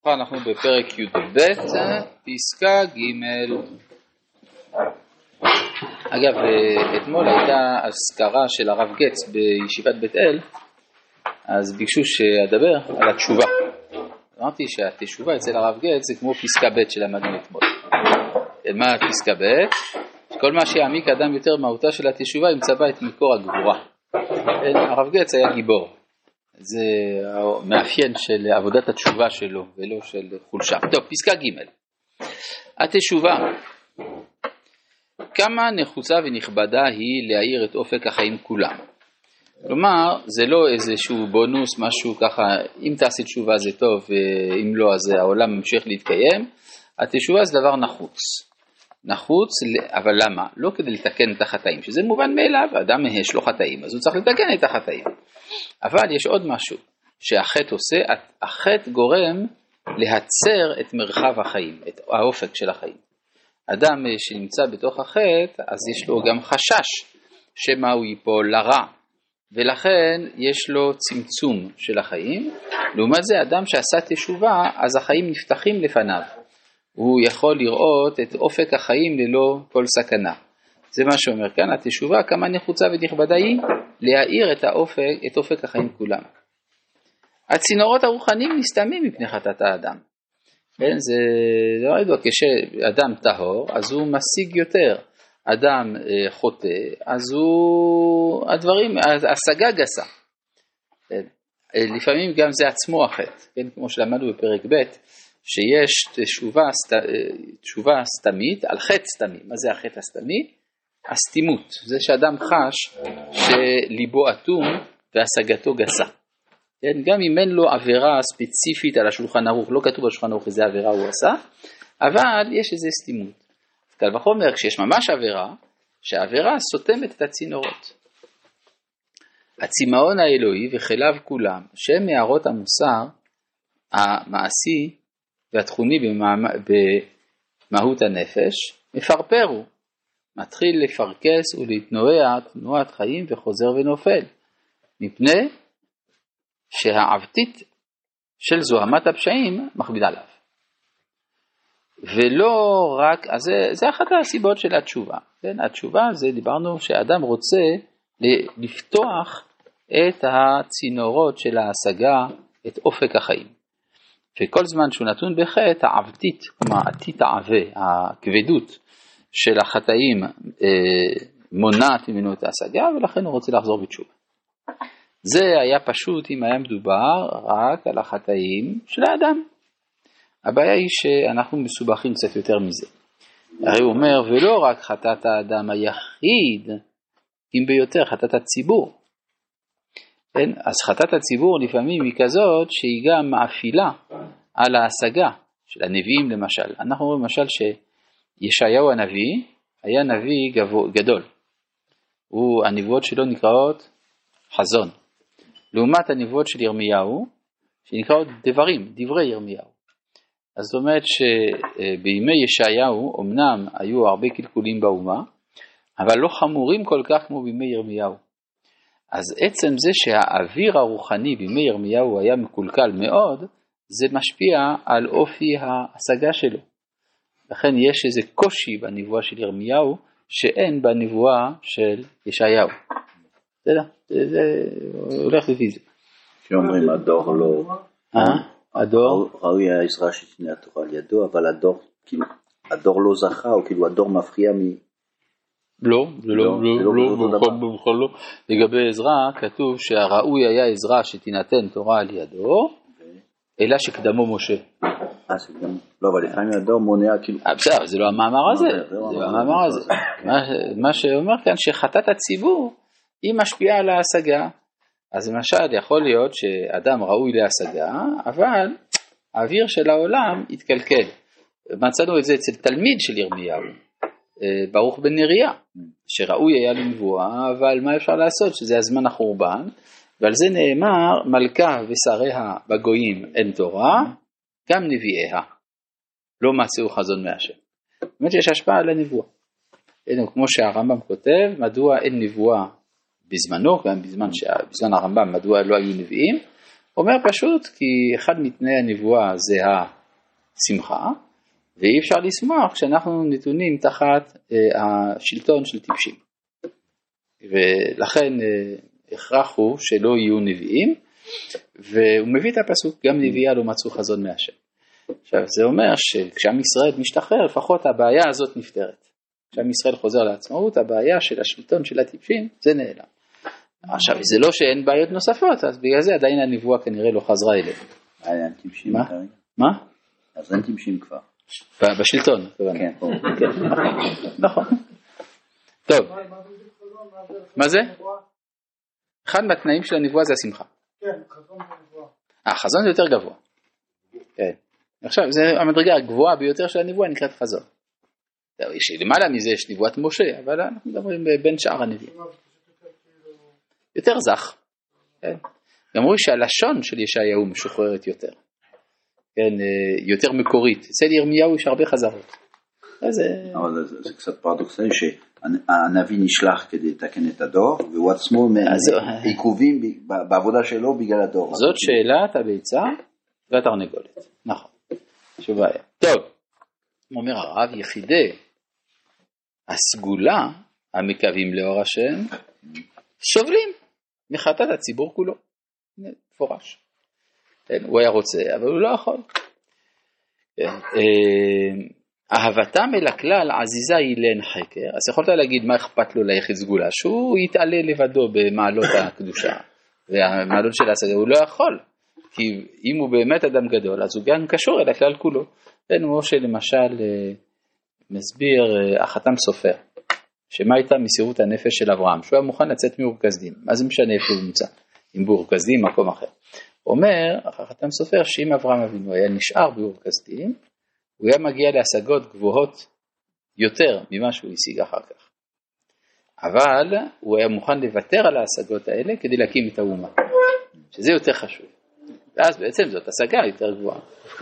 אנחנו בפרק י"ב, פסקה ג'. אגב, אתמול הייתה הזכרה של הרב גץ בישיבת בית אל, אז ביקשו שאדבר על התשובה. אמרתי שהתשובה אצל הרב גץ זה כמו פסקה ב' שלמדנו אתמול. מה פסקה ב'? כל מה שיעמיק אדם יותר מהותה של התשובה ימצא בה את מקור הגבורה. הרב גץ היה גיבור. זה מאפיין של עבודת התשובה שלו ולא של חולשה. טוב, פסקה ג'. התשובה. כמה נחוצה ונכבדה היא להאיר את אופק החיים כולם. כלומר, זה לא איזשהו בונוס, משהו ככה, אם תעשי תשובה זה טוב, אם לא אז העולם ממשיך להתקיים. התשובה זה דבר נחוץ. נחוץ, אבל למה? לא כדי לתקן את החטאים, שזה מובן מאליו, האדם יש לו חטאים, אז הוא צריך לתקן את החטאים. אבל יש עוד משהו שהחטא עושה, החטא גורם להצר את מרחב החיים, את האופק של החיים. אדם שנמצא בתוך החטא, אז יש לו גם חשש שמה הוא ייפול לרע, ולכן יש לו צמצום של החיים. לעומת זה, אדם שעשה תשובה, אז החיים נפתחים לפניו. הוא יכול לראות את אופק החיים ללא כל סכנה. זה מה שאומר כאן, התשובה כמה נחוצה ונכבדה היא להאיר את אופק החיים כולם. הצינורות הרוחניים נסתמים מפני חטאת האדם. זה לא ידוע, כשאדם טהור, אז הוא משיג יותר. אדם חוטא, אז הוא, הדברים, השגה גסה. לפעמים גם זה עצמו החטא, כמו שלמדנו בפרק ב', שיש תשובה סתמית על חטא סתמי. מה זה החטא הסתמי? הסתימות. זה שאדם חש שליבו אטום והשגתו גסה. גם אם אין לו עבירה ספציפית על השולחן ערוך, לא כתוב בשולחן ערוך איזה עבירה הוא עשה, אבל יש איזה סתימות. קל וחומר כשיש ממש עבירה, שהעבירה סותמת את הצינורות. הצמאון האלוהי וחיליו כולם, שהם מערות המוסר המעשי והתכוני במהות הנפש, מפרפרו, מתחיל לפרקס ולהתנועע תנועת חיים וחוזר ונופל, מפני שהעבתית של זוהמת הפשעים מכבידה עליו. ולא רק, אז זה אחת הסיבות של התשובה. כן? התשובה זה דיברנו שאדם רוצה לפתוח את הצינורות של ההשגה, את אופק החיים. וכל זמן שהוא נתון בחטא, העבתית, כלומר עתית העווה, הכבדות של החטאים מונעת ממנו את ההשגה, ולכן הוא רוצה לחזור בתשובה. זה היה פשוט אם היה מדובר רק על החטאים של האדם. הבעיה היא שאנחנו מסובכים קצת יותר מזה. הרי הוא אומר, ולא רק חטאת האדם היחיד, אם ביותר חטאת הציבור. כן? אז חטאת הציבור לפעמים היא כזאת שהיא גם מאפילה על ההשגה של הנביאים למשל. אנחנו רואים למשל שישעיהו הנביא היה נביא גדול. הנבואות שלו נקראות חזון. לעומת הנבואות של ירמיהו שנקראות דברי ירמיהו. אז זאת אומרת שבימי ישעיהו אמנם היו הרבה קלקולים באומה, אבל לא חמורים כל כך כמו בימי ירמיהו. אז עצם זה שהאוויר הרוחני בימי ירמיהו היה מקולקל מאוד, זה משפיע על אופי ההשגה שלו. לכן יש איזה קושי בנבואה של ירמיהו שאין בנבואה של ישעיהו. זה הולך לפי זה. שאומרים הדור לא... הדור? ראוי העזרה שתנה התורה על ידו, אבל הדור לא זכה, או כאילו הדור מפחיע מ... לא, בכלל לא. לגבי עזרה כתוב שהראוי היה עזרה שתינתן תורה על ידו, אלא שקדמו משה. לא, אבל לפעמים הדור מונע כאילו... בסדר, זה לא המאמר הזה. מה שאומר כאן שחטאת הציבור היא משפיעה על ההשגה. אז למשל יכול להיות שאדם ראוי להשגה, אבל האוויר של העולם התקלקל. מצאנו את זה אצל תלמיד של ירמיהו, ברוך בן נריה, שראוי היה לנבואה, אבל מה אפשר לעשות? שזה הזמן החורבן, ועל זה נאמר, מלכה ושריה בגויים אין תורה, גם נביאיה. לא מצאו חזון מהשם. זאת אומרת שיש השפעה על הנבואה. כמו שהרמב"ם כותב, מדוע אין נבואה בזמנו, גם בזמן הרמב"ם, מדוע לא היו נביאים? אומר פשוט כי אחד מתנאי הנבואה זה השמחה, ואי אפשר לשמוח כשאנחנו נתונים תחת השלטון של טיפשים. ולכן הכרח הוא שלא יהיו נביאים, והוא מביא את הפסוק, גם נביאה לא מצאו חזון מהשם. עכשיו זה אומר שכשעם ישראל משתחרר, לפחות הבעיה הזאת נפתרת. כשעם ישראל חוזר לעצמאות, הבעיה של השלטון של הטיפשים, זה נעלם. עכשיו זה לא שאין בעיות נוספות, אז בגלל זה עדיין הנבואה כנראה לא חזרה אליהם. אין טיפשים כרגע? מה? אז אין טיפשים כבר. בשלטון. כן. נכון. טוב. מה זה? אחד מהתנאים של הנבואה זה השמחה. כן, חזון הנבואה. חזון זה יותר גבוה. כן. עכשיו, זה המדרגה הגבוהה ביותר של הנבואה נקראת חזון. למעלה מזה יש נבואת משה, אבל אנחנו מדברים בין שאר הנביאים. יותר זך. כן. גם רואים שהלשון של ישעיהו משוחררת יותר. כן, יותר מקורית. אצל ירמיהו יש הרבה חזרות. אבל זה קצת פרדוקסלי שהנביא נשלח כדי לתקן את הדור, והוא עצמו עיכובים בעבודה שלו בגלל הדור. זאת שאלת הביצה והתרנגולת. נכון. שוב בעיה. טוב. אומר הרב, יחידי הסגולה המקווים לאור השם סובלים מחטאת הציבור כולו. מפורש. הוא היה רוצה, אבל הוא לא יכול. אהבתם אל הכלל עזיזה היא לאין חקר. אז יכולת להגיד מה אכפת לו ליחיד סגולה, שהוא יתעלה לבדו במעלות הקדושה והמעלות של ההשגה. הוא לא יכול, כי אם הוא באמת אדם גדול אז הוא גם קשור אל הכלל כולו. כמו שלמשל מסביר החתם סופר, שמה הייתה מסירות הנפש של אברהם, שהוא היה מוכן לצאת מאור כשדים. מה זה משנה איפה הוא נמצא, אם באור כשדים מקום אחר. אומר החתם סופר שאם אברהם אבינו היה נשאר באור כשדים, הוא היה מגיע להשגות גבוהות יותר ממה שהוא השיג אחר כך. אבל הוא היה מוכן לוותר על ההשגות האלה כדי להקים את האומה, שזה יותר חשוב. ואז בעצם זאת השגה יותר גבוהה.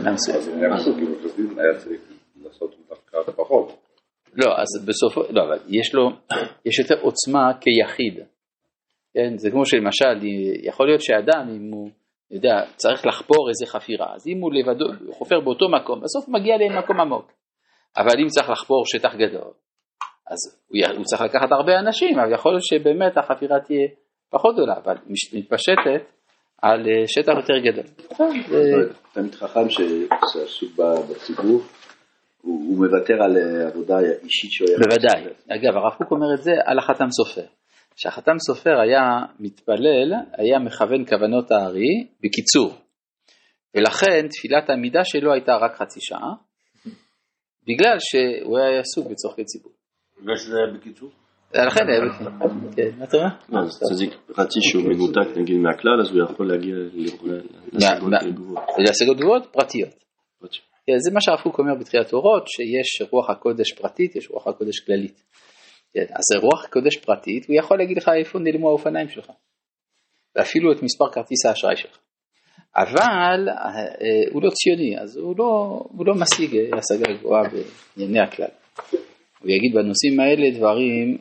היה צריך לעשות דווקא פחות. לא, אז בסופו, לא, אבל יש יותר עוצמה כיחיד. כן? זה כמו שלמשל, יכול להיות שאדם, אם הוא יודע, צריך לחפור איזה חפירה, אז אם הוא לבדו, הוא חופר באותו מקום, בסוף הוא מגיע למקום עמוק. אבל אם צריך לחפור שטח גדול, אז הוא צריך לקחת הרבה אנשים, אבל יכול להיות שבאמת החפירה תהיה פחות גדולה, אבל מתפשטת על שטח יותר גדול. תמיד חכם שעסוק בציבור, הוא מוותר על עבודה אישית שהוא... בוודאי. אגב, הרב קוק אומר את זה על החתם סופר. כשהחתם סופר היה מתפלל, היה מכוון כוונות הארי בקיצור. ולכן תפילת העמידה שלו הייתה רק חצי שעה, בגלל שהוא היה עסוק בצורכי ציבור. וזה היה בקיצור? לכן היה בקיצור. כן, מה אתה אומר? לא, אז צדיק רצי שהוא מנותק נגיד מהכלל, אז הוא יכול להגיע להשגות גבוהות. להשגות גבוהות פרטיות. זה מה שהרב קוק אומר בתחילת אורות, שיש רוח הקודש פרטית, יש רוח הקודש כללית. אז רוח הקודש פרטית, הוא יכול להגיד לך איפה נעלמו האופניים שלך, ואפילו את מספר כרטיס האשראי שלך. אבל הוא לא ציוני, אז הוא לא משיג השגה גבוהה בענייני הכלל. הוא יגיד בנושאים האלה דברים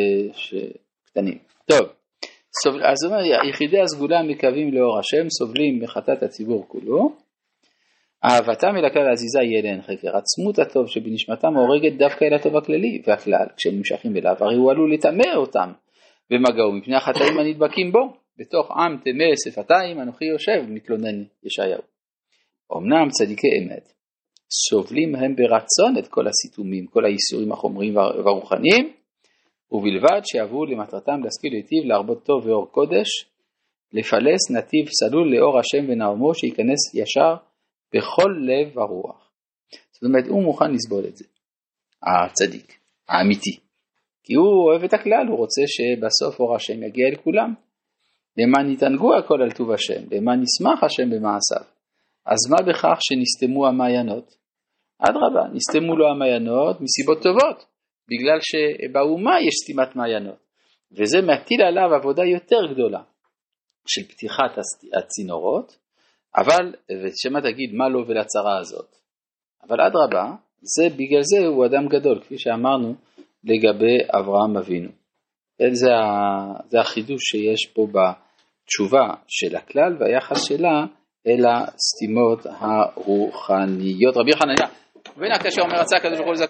קטנים. טוב, אז הוא אומר, יחידי הסגולה מקווים לאור השם, סובלים מחטאת הציבור כולו, אהבתם אל הכלל העזיזה יהיה לאין חקר, עצמות הטוב שבנשמתם הורגת דווקא אל הטוב הכללי, והכלל, כשהם נמשכים אליו, הרי הוא עלול לטמא אותם במגעו, מפני החטאים הנדבקים בו, בתוך עם תמה שפתיים, אנוכי יושב, מתלונן ישעיהו. אמנם צדיקי אמת, סובלים הם ברצון את כל הסיתומים, כל האיסורים החומריים והרוחניים, ובלבד שיעברו למטרתם להשכיל היטיב להרבות טוב ואור קודש, לפלס נתיב סלול לאור השם ונעמו, שייכנס ישר בכל לב ורוח. זאת אומרת, הוא מוכן לסבול את זה, הצדיק, האמיתי. כי הוא אוהב את הכלל, הוא רוצה שבסוף אור השם יגיע אל כולם. למען יתענגו הכל על טוב השם, למען ישמח השם במעשיו. אז מה בכך שנסתמו המעיינות? אדרבה, נסתמו לו המעיינות מסיבות טובות, בגלל שבאומה יש סתימת מעיינות. וזה מטיל עליו עבודה יותר גדולה של פתיחת הצינורות, אבל, ושמה תגיד מה לו ולצרה הזאת. אבל אדרבה, זה בגלל זה הוא אדם גדול, כפי שאמרנו לגבי אברהם אבינו. זה החידוש שיש פה התשובה של הכלל והיחס שלה אל הסתימות הרוחניות. רבי חנניה, ובין הקשה אומר רצה הקדוש ברוך הוא